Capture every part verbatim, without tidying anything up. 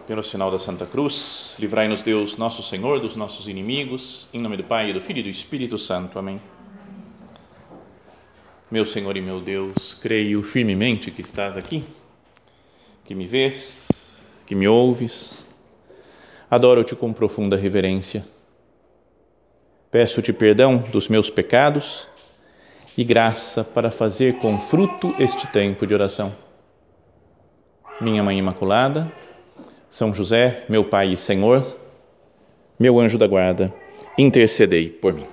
Pelo sinal da Santa Cruz, livrai-nos Deus, nosso Senhor, dos nossos inimigos, em nome do Pai, do Filho e do Espírito Santo. Amém. Meu Senhor e meu Deus, creio firmemente que estás aqui, que me vês, que me ouves. Adoro-te com profunda reverência. Peço-te perdão dos meus pecados e graça para fazer com fruto este tempo de oração. Minha Mãe Imaculada, São José, meu Pai e Senhor, meu anjo da guarda, intercedei por mim.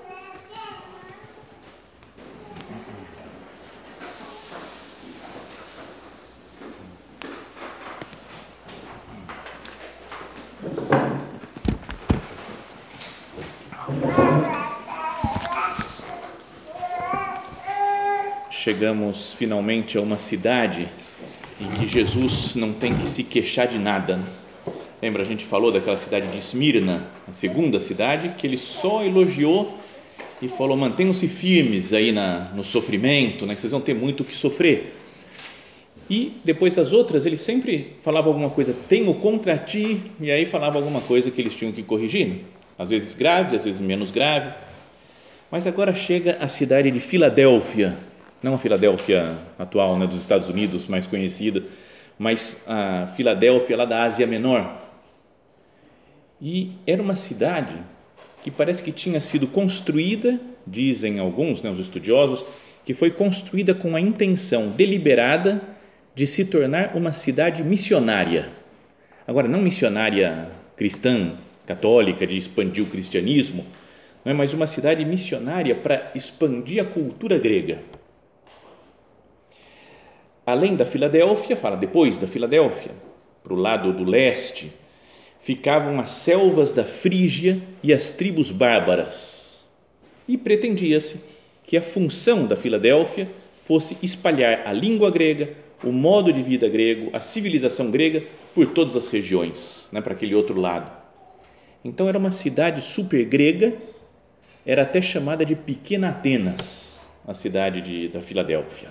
Chegamos finalmente a uma cidade em que Jesus não tem que se queixar de nada. Lembra, a gente falou daquela cidade de Esmirna, a segunda cidade, que ele só elogiou e falou: mantenham-se firmes aí na, no sofrimento, né, que vocês vão ter muito o que sofrer. E depois das outras, ele sempre falava alguma coisa, tenho contra ti, e aí falava alguma coisa que eles tinham que corrigir, né? Às vezes grave, às vezes menos grave. Mas agora chega a cidade de Filadélfia, não a Filadélfia atual, né, dos Estados Unidos, mais conhecida, mas a Filadélfia lá da Ásia Menor. E era uma cidade que parece que tinha sido construída, dizem alguns, né, os estudiosos, que foi construída com a intenção deliberada de se tornar uma cidade missionária. Agora, não missionária cristã, católica, de expandir o cristianismo, não é, mas uma cidade missionária para expandir a cultura grega. Além da Filadélfia, fala depois da Filadélfia, para o lado do leste, ficavam as selvas da Frígia e as tribos bárbaras. E pretendia-se que a função da Filadélfia fosse espalhar a língua grega, o modo de vida grego, a civilização grega por todas as regiões, né, para aquele outro lado. Então era uma cidade super grega, era até chamada de Pequena Atenas, a cidade de, da Filadélfia.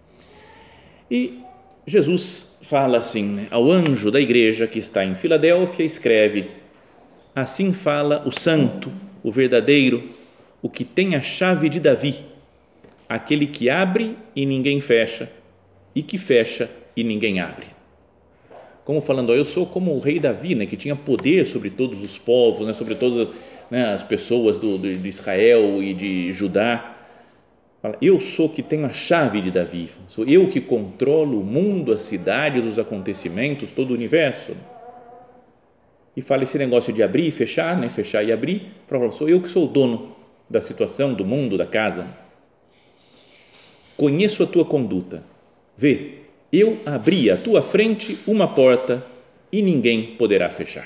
E Jesus fala assim, né, ao anjo da igreja que está em Filadélfia, escreve: assim fala o santo, o verdadeiro, o que tem a chave de Davi, aquele que abre e ninguém fecha, e que fecha e ninguém abre. Como falando, ó, eu sou como o rei Davi, né, que tinha poder sobre todos os povos, né, sobre todas, né, as pessoas do, de Israel e de Judá. Eu sou que tenho a chave de Davi, sou eu que controlo o mundo, as cidades, os acontecimentos, todo o universo. E fala esse negócio de abrir e fechar, né? Fechar e abrir, sou eu que sou o dono da situação, do mundo, da casa. Conheço a tua conduta, vê, eu abri à tua frente uma porta e ninguém poderá fechar.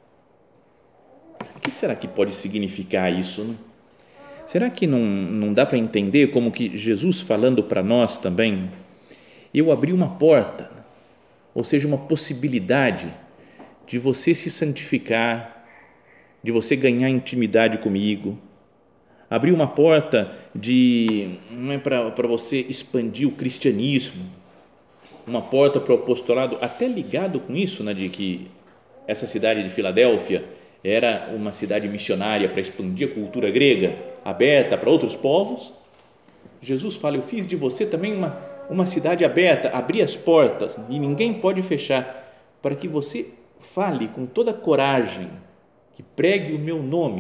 O que será que pode significar isso, né? Será que não, não dá para entender como que Jesus falando para nós também, eu abri uma porta, ou seja, uma possibilidade de você se santificar, de você ganhar intimidade comigo, abri uma porta de, não é para, para você expandir o cristianismo, uma porta para o apostolado, até ligado com isso, né, de que essa cidade de Filadélfia era uma cidade missionária para expandir a cultura grega, aberta para outros povos. Jesus fala, eu fiz de você também uma, uma cidade aberta, abri as portas e ninguém pode fechar, para que você fale com toda coragem, que pregue o meu nome,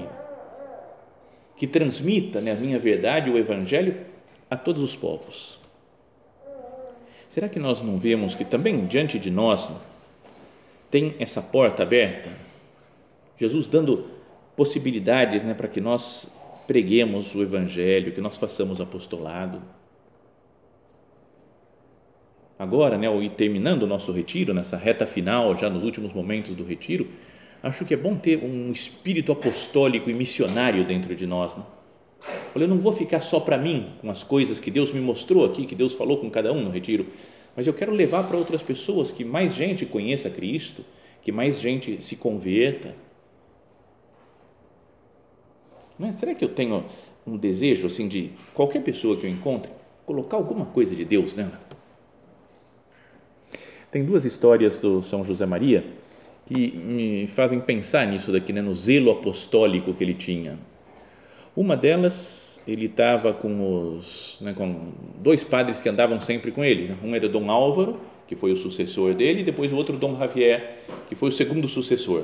que transmita, né, a minha verdade, o evangelho a todos os povos. Será que nós não vemos que também diante de nós tem essa porta aberta? Jesus dando possibilidades, né, para que nós preguemos o evangelho, que nós façamos apostolado. Agora, né, e terminando o nosso retiro, nessa reta final, já nos últimos momentos do retiro, acho que é bom ter um espírito apostólico e missionário dentro de nós, né? Eu não vou ficar só para mim com as coisas que Deus me mostrou aqui, que Deus falou com cada um no retiro, mas eu quero levar para outras pessoas, que mais gente conheça Cristo, que mais gente se converta. Não é? Será que eu tenho um desejo assim de qualquer pessoa que eu encontre colocar alguma coisa de Deus nela? Tem duas histórias do São José Maria que me fazem pensar nisso daqui, né, no zelo apostólico que ele tinha. Uma delas, ele estava com os, né, com dois padres que andavam sempre com ele, né? Um era Dom Álvaro, que foi o sucessor dele, e depois o outro Dom Javier, que foi o segundo sucessor.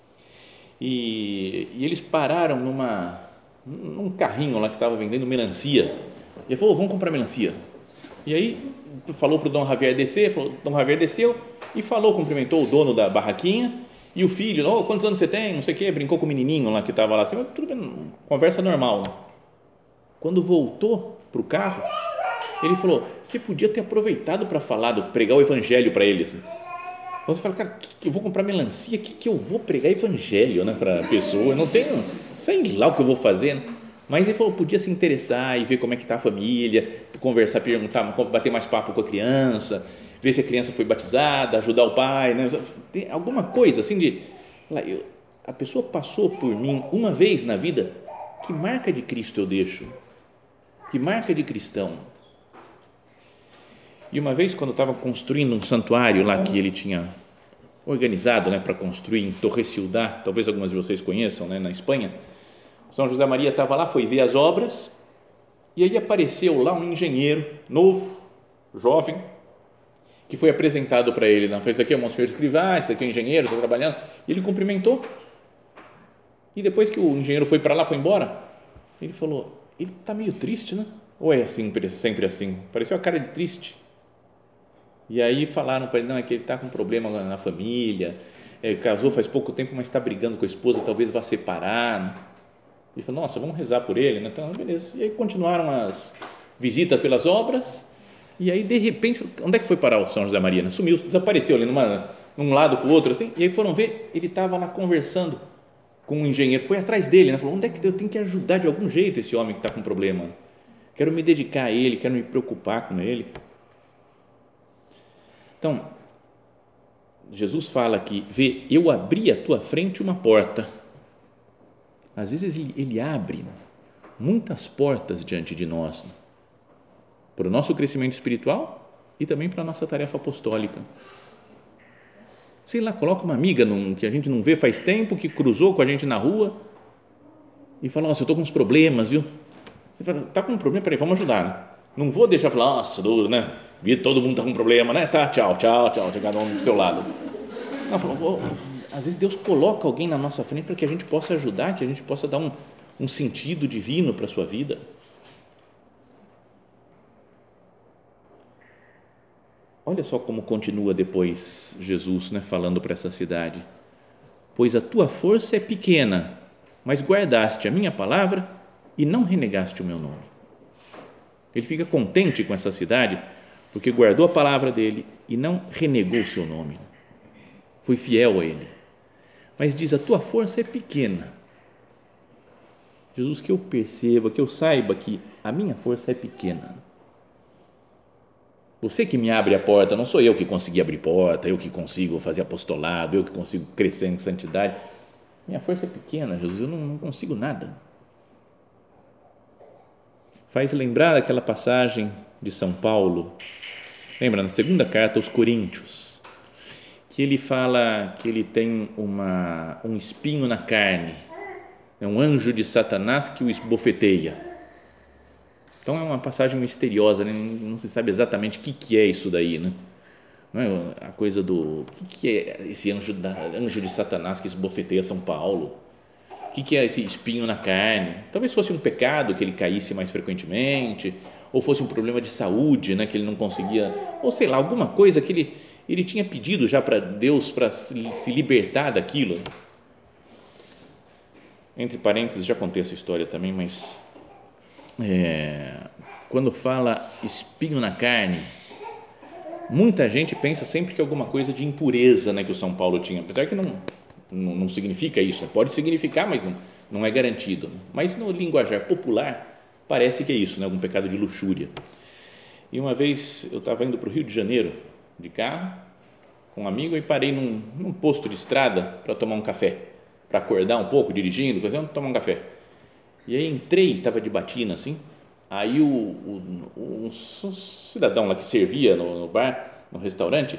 E, e eles pararam numa, num carrinho lá que estava vendendo melancia. E ele falou, vamos comprar melancia. E aí falou para o Dom Javier descer, falou, Dom Javier desceu e falou, cumprimentou o dono da barraquinha e o filho, oh, quantos anos você tem, não sei o que, brincou com o menininho lá que estava lá, assim, tudo bem, conversa normal. Quando voltou para o carro, ele falou, você podia ter aproveitado para falar, do, pregar o evangelho para eles. Então você fala, cara, que, que eu vou comprar melancia, que, que eu vou pregar evangelho, né, para a pessoa, eu não tenho, sei lá o que eu vou fazer, né? Mas ele falou, podia se interessar e ver como é que está a família, conversar, perguntar, bater mais papo com a criança, ver se a criança foi batizada, ajudar o pai, né? Tem alguma coisa assim de, eu, a pessoa passou por mim uma vez na vida, que marca de Cristo eu deixo? Que marca de cristão? E uma vez, quando eu estava construindo um santuário lá que ele tinha organizado, né, para construir em Torre-Ciudad, talvez algumas de vocês conheçam, né, na Espanha, São José Maria estava lá, foi ver as obras, e aí apareceu lá um engenheiro novo, jovem, que foi apresentado para ele, não, esse aqui é o Monsenhor Escrivá, esse aqui é o engenheiro, está trabalhando, e ele cumprimentou, e depois que o engenheiro foi para lá, foi embora, ele falou, ele está meio triste, né? Ou é assim, sempre assim? Pareceu a cara de triste. E aí falaram para ele, não, é que ele está com problema na família, é, casou faz pouco tempo, mas está brigando com a esposa, talvez vá separar, né? Ele falou, nossa, vamos rezar por ele, né? Então, beleza. E aí continuaram as visitas pelas obras, e aí de repente, onde é que foi parar o São José Maria? Sumiu, desapareceu ali numa, num lado para o outro, assim, e aí foram ver, ele estava lá conversando com um engenheiro, foi atrás dele, né? Falou, onde é que eu tenho que ajudar de algum jeito esse homem que está com problema? Quero me dedicar a ele, quero me preocupar com ele. Então, Jesus fala aqui, vê, eu abri à tua frente uma porta. Às vezes ele, ele abre muitas portas diante de nós, para o nosso crescimento espiritual e também para a nossa tarefa apostólica. Sei lá, coloca uma amiga num, que a gente não vê faz tempo, que cruzou com a gente na rua e fala, nossa, eu estou com uns problemas, viu? Você fala, está com um problema? Peraí, vamos ajudar, né? Não vou deixar falar, nossa, duro, né? Vi todo mundo está com um problema, né? Tá, tchau, tchau, tchau, cada um do seu lado. Não, fala, oh, às vezes Deus coloca alguém na nossa frente para que a gente possa ajudar, que a gente possa dar um, um sentido divino para a sua vida. Olha só como continua depois Jesus, né, falando para essa cidade, pois a tua força é pequena, mas guardaste a minha palavra e não renegaste o meu nome. Ele fica contente com essa cidade porque guardou a palavra dele e não renegou o seu nome, foi fiel a ele. Mas diz, a tua força é pequena. Jesus, que eu perceba, que eu saiba que a minha força é pequena. Você que me abre a porta, não sou eu que consegui abrir porta, eu que consigo fazer apostolado, eu que consigo crescer em santidade. Minha força é pequena, Jesus, eu não, não consigo nada. Faz lembrar aquela passagem de São Paulo, lembra, na segunda carta aos Coríntios, que ele fala que ele tem uma, um espinho na carne, é um anjo de Satanás que o esbofeteia. Então é uma passagem misteriosa, né? Não se sabe exatamente o que, que é isso daí, né? Não é a coisa do, o que, que é esse anjo, da, anjo de Satanás que esbofeteia São Paulo? O que, que é esse espinho na carne? Talvez fosse um pecado que ele caísse mais frequentemente, ou fosse um problema de saúde, né? Que ele não conseguia, ou sei lá, alguma coisa que ele, ele tinha pedido já para Deus para se, se libertar daquilo. Entre parênteses, já contei essa história também, mas é, quando fala espinho na carne, muita gente pensa sempre que é alguma coisa de impureza, né, que o São Paulo tinha, apesar que não, não, não significa isso, pode significar, mas não, não é garantido, mas no linguajar popular parece que é isso, né, algum pecado de luxúria. E uma vez eu estava indo para o Rio de Janeiro de carro com um amigo e parei num, num posto de estrada para tomar um café, para acordar um pouco, dirigindo, vamos tomar um café. E aí entrei, estava de batina assim, aí o, o, um cidadão lá que servia no, no bar, no restaurante,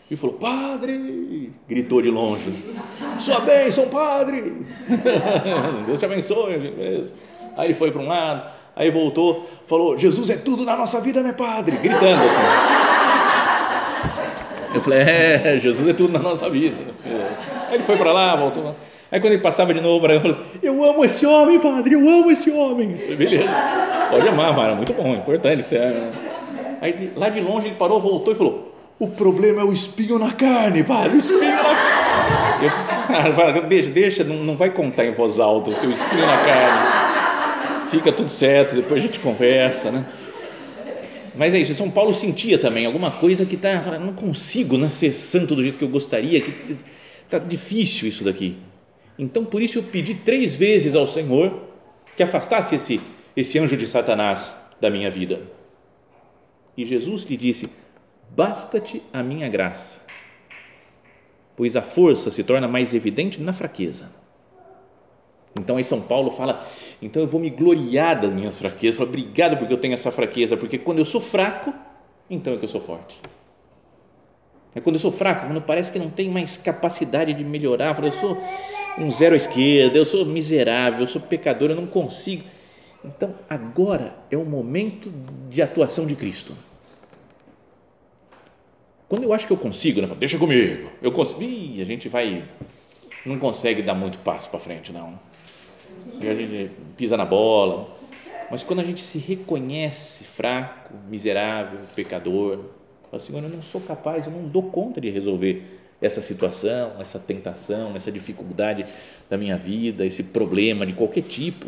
e falou: padre, gritou de longe, sua bênção, padre. Deus te abençoe. Aí ele foi para um lado, aí voltou, falou: Jesus é tudo na nossa vida, né, padre? Gritando assim. Eu falei: é, Jesus é tudo na nossa vida. Aí ele foi para lá, voltou lá. Aí quando ele passava de novo para eu falei: eu amo esse homem, padre, eu amo esse homem. Falei: beleza, pode amar, Mara, muito bom, importante que você ama. Aí lá de longe ele parou, voltou e falou: o problema é o espinho na carne, padre, o espinho na carne. Eu falei: deixa, deixa, não, não vai contar em voz alta o seu espinho na carne, fica tudo certo, depois a gente conversa, né? Mas é isso, São Paulo sentia também alguma coisa que está, não consigo, né, ser santo do jeito que eu gostaria, que está difícil isso daqui. Então por isso eu pedi três vezes ao Senhor que afastasse esse, esse anjo de Satanás da minha vida. E Jesus lhe disse: basta-te a minha graça, pois a força se torna mais evidente na fraqueza. Então aí São Paulo fala: então eu vou me gloriar das minhas fraquezas, fala, obrigado porque eu tenho essa fraqueza, porque quando eu sou fraco, então é que eu sou forte. É quando eu sou fraco, quando parece que não tem mais capacidade de melhorar, fala, eu sou um zero à esquerda, eu sou miserável, eu sou pecador, eu não consigo. Então agora é o momento de atuação de Cristo. Quando eu acho que eu consigo, né, falo, deixa comigo, eu consigo, ih, a gente vai, não consegue dar muito passo para frente, não. A gente pisa na bola. Mas quando a gente se reconhece fraco, miserável, pecador, fala, Senhor, eu não sou capaz, eu não dou conta de resolver essa situação, essa tentação, essa dificuldade da minha vida, esse problema de qualquer tipo.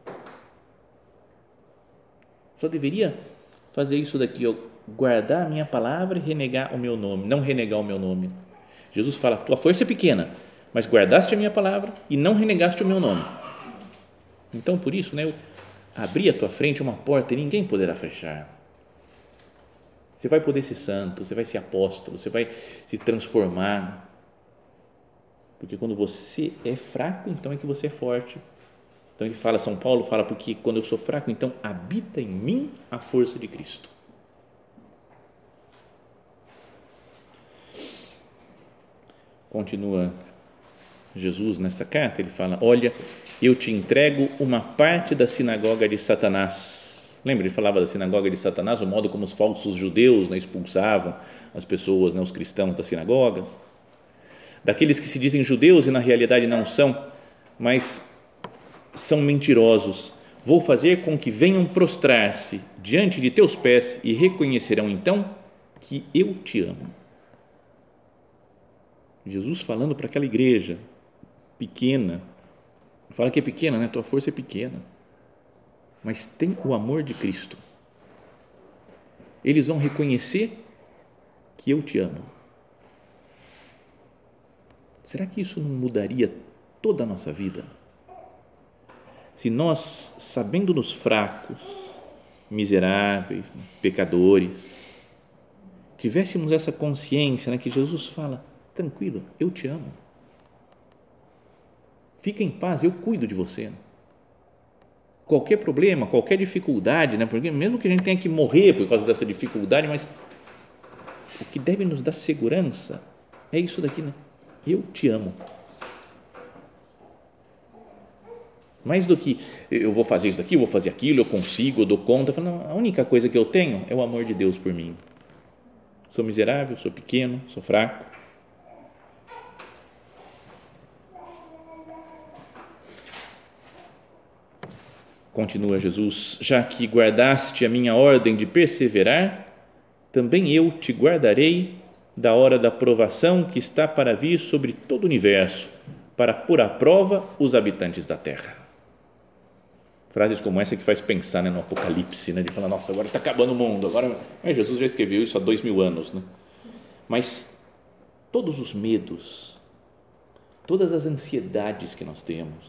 Só deveria fazer isso daqui, ó, guardar a minha palavra e renegar o meu nome, não renegar o meu nome. Jesus fala: tua força é pequena, mas guardaste a minha palavra e não renegaste o meu nome. Então por isso, né, eu abri à tua frente uma porta e ninguém poderá fechar. Você vai poder ser santo, você vai ser apóstolo, você vai se transformar, porque quando você é fraco, então é que você é forte. Então ele fala, São Paulo fala, porque quando eu sou fraco, então habita em mim a força de Cristo. Continua Jesus nesta carta, ele fala: olha, eu te entrego uma parte da sinagoga de Satanás. Lembra, ele falava da sinagoga de Satanás, o modo como os falsos judeus, né, expulsavam as pessoas, né, os cristãos das sinagogas, daqueles que se dizem judeus e na realidade não são, mas são mentirosos. Vou fazer com que venham prostrar-se diante de teus pés e reconhecerão então que eu te amo. Jesus falando para aquela igreja pequena, fala que é pequena, né? Tua força é pequena, mas tem o amor de Cristo. Eles vão reconhecer que eu te amo. Será que isso não mudaria toda a nossa vida? Se nós, sabendo-nos fracos, miseráveis, pecadores, tivéssemos essa consciência, né, que Jesus fala: tranquilo, eu te amo. Fica em paz, eu cuido de você. Qualquer problema, qualquer dificuldade, né? Porque mesmo que a gente tenha que morrer por causa dessa dificuldade, mas o que deve nos dar segurança é isso daqui, né? Eu te amo. Mais do que eu vou fazer isso daqui, eu vou fazer aquilo, eu consigo, eu dou conta. Não, a única coisa que eu tenho é o amor de Deus por mim. Sou miserável, sou pequeno, sou fraco. Continua Jesus: já que guardaste a minha ordem de perseverar, também eu te guardarei da hora da provação que está para vir sobre todo o universo, para pôr à prova os habitantes da terra. Frases como essa que faz pensar, né, no Apocalipse, né, de falar, nossa, agora está acabando o mundo, agora, é, Jesus já escreveu isso há dois mil anos, né? Mas todos os medos, todas as ansiedades que nós temos,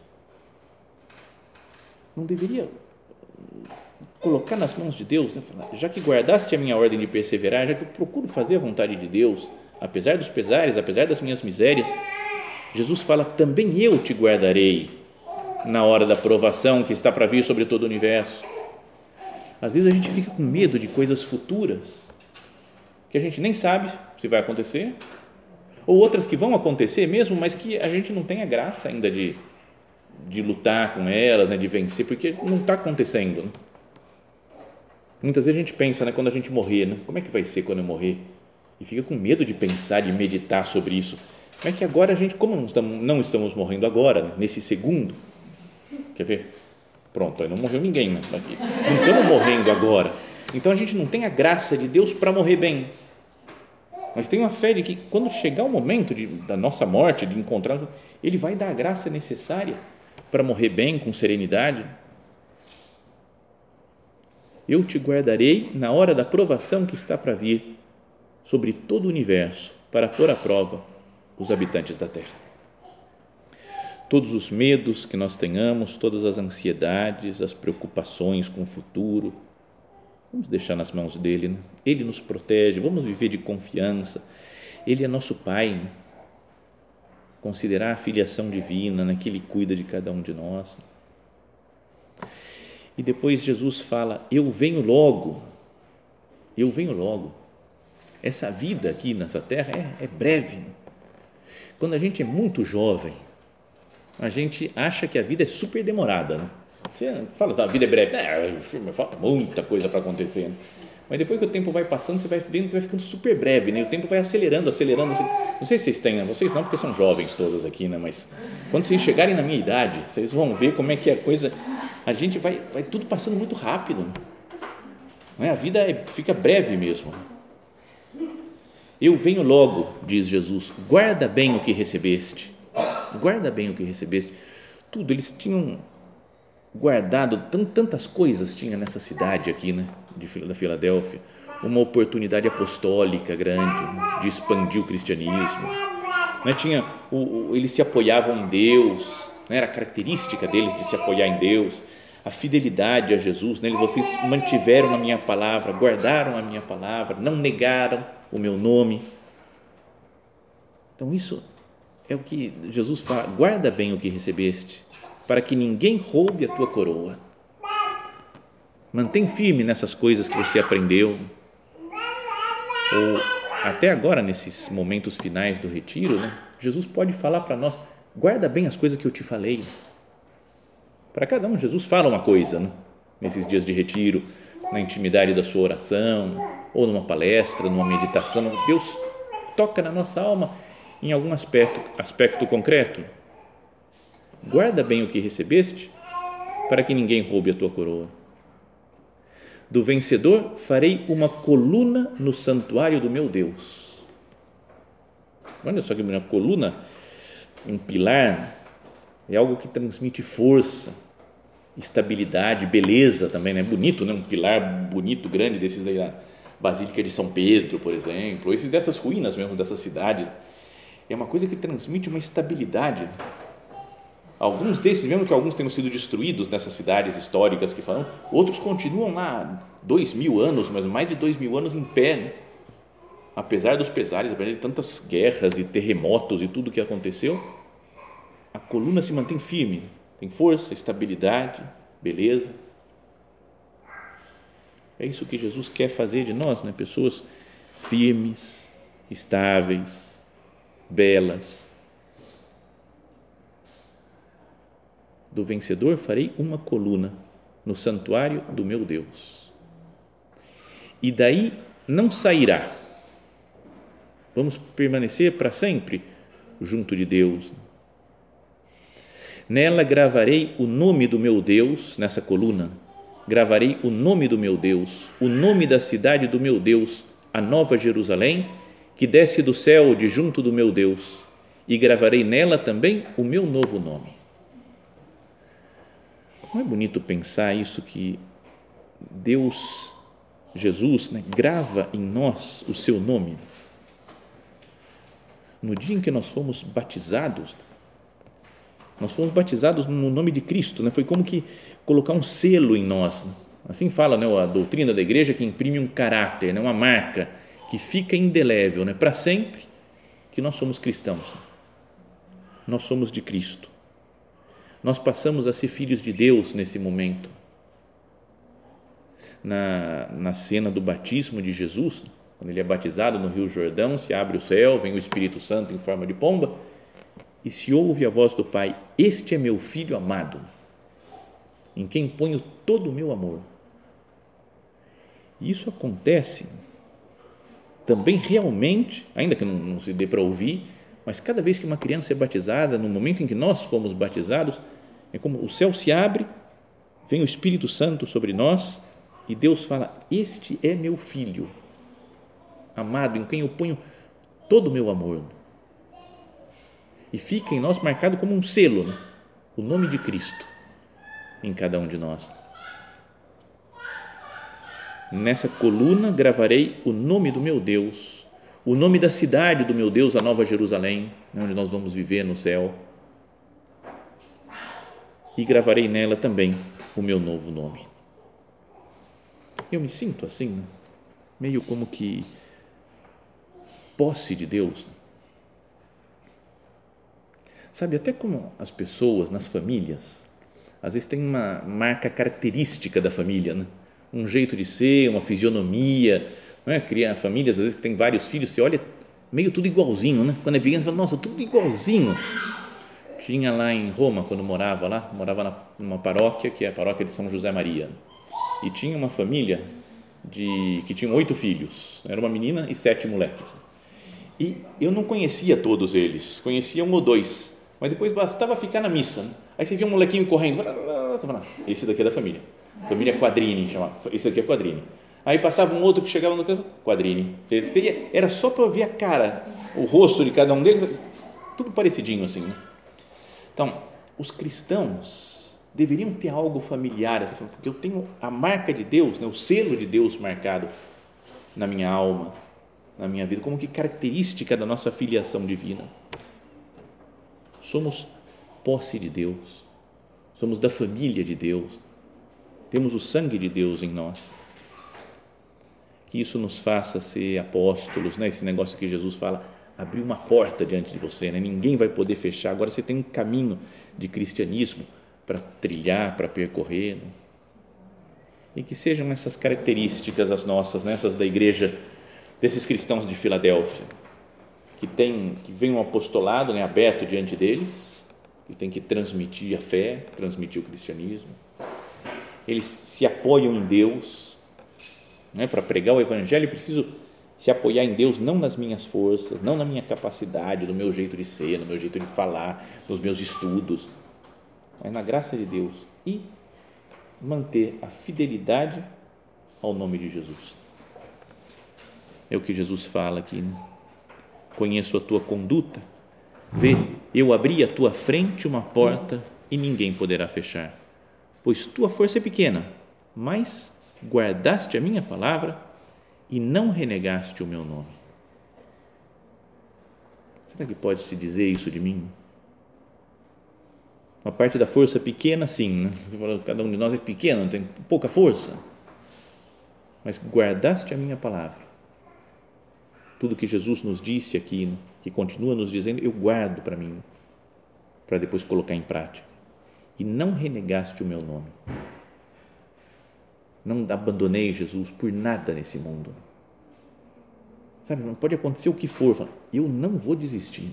não deveria colocar nas mãos de Deus, né? Já que guardaste a minha ordem de perseverar, já que eu procuro fazer a vontade de Deus, apesar dos pesares, apesar das minhas misérias, Jesus fala: também eu te guardarei na hora da provação que está para vir sobre todo o universo. Às vezes a gente fica com medo de coisas futuras que a gente nem sabe se vai acontecer, ou outras que vão acontecer mesmo, mas que a gente não tem a graça ainda de, de lutar com elas, né, de vencer, porque não está acontecendo. Né? Muitas vezes a gente pensa, né, quando a gente morrer, né, como é que vai ser quando eu morrer? E fica com medo de pensar, de meditar sobre isso. Como é que agora a gente, como não estamos, não estamos morrendo agora, né, nesse segundo, quer ver? Pronto, aí não morreu ninguém, né, aqui. Não estamos morrendo agora. Então a gente não tem a graça de Deus para morrer bem. Mas tem uma fé de que quando chegar o momento de, da nossa morte, de encontrar, Ele vai dar a graça necessária para morrer bem, com serenidade. Eu te guardarei na hora da provação que está para vir sobre todo o universo, para pôr à prova os habitantes da terra. Todos os medos que nós tenhamos, todas as ansiedades, as preocupações com o futuro, vamos deixar nas mãos dele, né? Ele nos protege, vamos viver de confiança, Ele é nosso Pai, né? Considerar a filiação divina, né? Que Ele cuida de cada um de nós. E depois Jesus fala, eu venho logo, eu venho logo. Essa vida aqui nessa terra é, é breve. Quando a gente é muito jovem, a gente acha que a vida é super demorada, né? Você fala, a vida é breve, é, falta muita coisa para acontecer, né? Mas depois que o tempo vai passando, você vai vendo que vai ficando super breve, né? O tempo vai acelerando, acelerando, acelerando. Não sei se vocês têm, né? Vocês não, porque são jovens todas aqui, né? Mas quando vocês chegarem na minha idade, vocês vão ver como é que a coisa, a gente vai, vai tudo passando muito rápido, né? Não é? A vida é, fica breve mesmo. Eu venho logo, diz Jesus, guarda bem o que recebeste, guarda bem o que recebeste. Tudo, eles tinham guardado, tantas coisas tinha nessa cidade aqui, né, de, da Filadélfia, uma oportunidade apostólica grande, né, de expandir o cristianismo, né, tinha, o, o, eles se apoiavam em Deus, né, era característica deles de se apoiar em Deus, a fidelidade a Jesus, né, vocês mantiveram a minha palavra, guardaram a minha palavra, não negaram o meu nome. Então isso é o que Jesus fala, guarda bem o que recebeste, para que ninguém roube a tua coroa. Mantém firme nessas coisas que você aprendeu. Ou até agora, nesses momentos finais do retiro, né, Jesus pode falar para nós, guarda bem as coisas que eu te falei. Para cada um, Jesus fala uma coisa, né, nesses dias de retiro, na intimidade da sua oração, ou numa palestra, numa meditação. Deus toca na nossa alma em algum aspecto, aspecto concreto. Guarda bem o que recebeste, para que ninguém roube a tua coroa. Do vencedor farei uma coluna no santuário do meu Deus. Olha só que uma coluna, um pilar, é algo que transmite força, estabilidade, beleza também, né? Bonito, né? Um pilar bonito, grande, desses daí da Basílica de São Pedro, por exemplo, esses dessas ruínas mesmo, dessas cidades. É uma coisa que transmite uma estabilidade. Alguns desses, mesmo que alguns tenham sido destruídos nessas cidades históricas que falam, outros continuam lá dois mil anos, mas mais de dois mil anos em pé, né? Apesar dos pesares, apesar de tantas guerras e terremotos e tudo que aconteceu, a coluna se mantém firme, tem força, estabilidade, beleza. É isso que Jesus quer fazer de nós, né? Pessoas firmes, estáveis, belas. Do vencedor farei uma coluna no santuário do meu Deus, e daí não sairá. Vamos permanecer para sempre junto de Deus. Nela gravarei o nome do meu Deus, nessa coluna, gravarei o nome do meu Deus, o nome da cidade do meu Deus, a Nova Jerusalém, que desce do céu de junto do meu Deus, e gravarei nela também o meu novo nome. Não é bonito pensar isso, que Deus, Jesus, né, grava em nós o seu nome? No dia em que nós fomos batizados, nós fomos batizados no nome de Cristo, né? Foi como que colocar um selo em nós. Assim fala, né, a doutrina da igreja, que imprime um caráter, né, uma marca que fica indelével, né, para sempre, que nós somos cristãos. Nós somos de Cristo. Nós passamos a ser filhos de Deus nesse momento. Na, na cena do batismo de Jesus, quando ele é batizado no Rio Jordão, se abre o céu, vem o Espírito Santo em forma de pomba e se ouve a voz do Pai: este é meu filho amado, em quem ponho todo o meu amor. E isso acontece também realmente, ainda que não, não se dê para ouvir, mas cada vez que uma criança é batizada, no momento em que nós fomos batizados, é como o céu se abre, vem o Espírito Santo sobre nós e Deus fala: este é meu filho amado, em quem eu ponho todo o meu amor. E fica em nós marcado como um selo, né? O nome de Cristo em cada um de nós. Nessa coluna gravarei o nome do meu Deus, o nome da cidade do meu Deus, a Nova Jerusalém, onde nós vamos viver no céu, e gravarei nela também o meu novo nome. Eu me sinto assim, né? Meio como que posse de Deus. Sabe, até como as pessoas nas famílias, às vezes tem uma marca característica da família, né? Um jeito de ser, uma fisionomia, não é? Criar famílias, às vezes que tem vários filhos, você olha meio tudo igualzinho, né? Quando é pequeno, você fala: nossa, tudo igualzinho. Tinha lá em Roma, quando morava lá, morava na, numa paróquia, que é a paróquia de São José Maria, e tinha uma família de, que tinha oito filhos, era uma menina e sete moleques. E eu não conhecia todos eles, conhecia um ou dois, mas depois bastava ficar na missa, né? Aí você via um molequinho correndo, esse daqui é da família, família Quadrini, chamava, esse daqui é Quadrini. Aí passava um outro que chegava no canto, Quadrini, era só para ver a cara, o rosto de cada um deles, tudo parecidinho assim, né? Então, os cristãos deveriam ter algo familiar, assim, porque eu tenho a marca de Deus, né, o selo de Deus marcado na minha alma, na minha vida, como que característica da nossa filiação divina. Somos posse de Deus, somos da família de Deus, temos o sangue de Deus em nós. Que isso nos faça ser apóstolos, né? Esse negócio que Jesus fala, abrir uma porta diante de você, né? Ninguém vai poder fechar, agora você tem um caminho de cristianismo para trilhar, para percorrer, né? E que sejam essas características as nossas, né? Essas da igreja, desses cristãos de Filadélfia, que tem, que vem um apostolado, né, aberto diante deles, que tem que transmitir a fé, transmitir o cristianismo, eles se apoiam em Deus, né? Para pregar o evangelho, eu preciso se apoiar em Deus, não nas minhas forças, não na minha capacidade, no meu jeito de ser, no meu jeito de falar, nos meus estudos, mas na graça de Deus, e manter a fidelidade ao nome de Jesus. É o que Jesus fala aqui, né? Conheço a tua conduta, vê, eu abri à tua frente uma porta e ninguém poderá fechar, pois tua força é pequena, mas guardaste a minha palavra e não renegaste o meu nome. Será que pode se dizer isso de mim? Uma parte da força pequena, sim, né? Cada um de nós é pequeno, tem pouca força, mas guardaste a minha palavra. Tudo que Jesus nos disse aqui, né? Que continua nos dizendo, eu guardo para mim, para depois colocar em prática. E não renegaste o meu nome. Não abandonei Jesus por nada nesse mundo. Sabe, não pode acontecer o que for, fala, eu não vou desistir.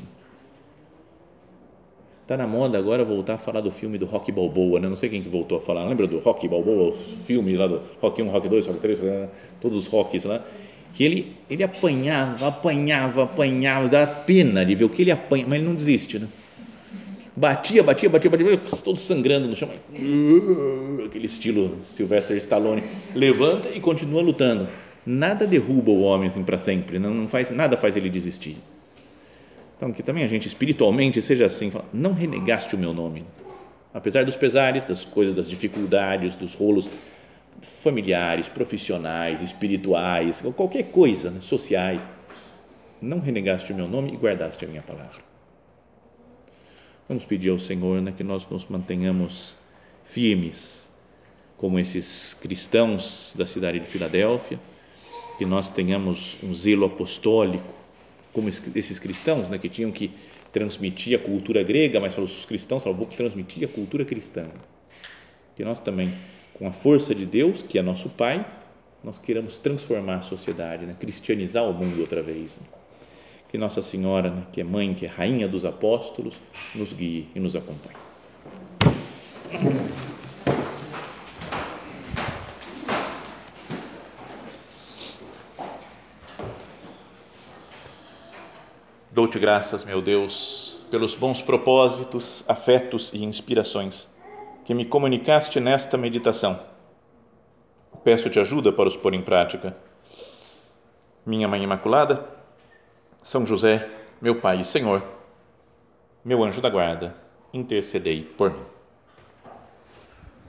Está na moda agora voltar a falar do filme do Rocky Balboa, né? Não sei quem que voltou a falar, lembra do Rocky Balboa, os filmes lá do Rocky um, Rocky dois, Rocky três, todos os Rockies lá, que ele, ele apanhava, apanhava, apanhava, dá pena de ver o que ele apanha, mas ele não desiste, né? Batia, batia, batia, batia, todo sangrando no chão, aquele estilo Sylvester Stallone, levanta e continua lutando. Nada derruba o homem assim para sempre, não, não faz, nada faz ele desistir. Então, que também a gente espiritualmente seja assim, fala, não renegaste o meu nome, apesar dos pesares, das coisas, das dificuldades, dos rolos familiares, profissionais, espirituais, qualquer coisa, né, sociais, não renegaste o meu nome e guardaste a minha palavra. Vamos pedir ao Senhor, né, que nós nos mantenhamos firmes como esses cristãos da cidade de Filadélfia, que nós tenhamos um zelo apostólico como esses cristãos, né, que tinham que transmitir a cultura grega, mas os cristãos falaram, vou transmitir a cultura cristã. Que nós também, com a força de Deus, que é nosso Pai, nós queiramos transformar a sociedade, né? Cristianizar o mundo outra vez. Né? Que Nossa Senhora, né, que é mãe, que é rainha dos apóstolos, nos guie e nos acompanhe. Dou-te graças, meu Deus, pelos bons propósitos, afetos e inspirações que me comunicaste nesta meditação. Peço-te ajuda para os pôr em prática. Minha Mãe Imaculada, São José, meu Pai e Senhor, meu anjo da guarda, intercedei por mim.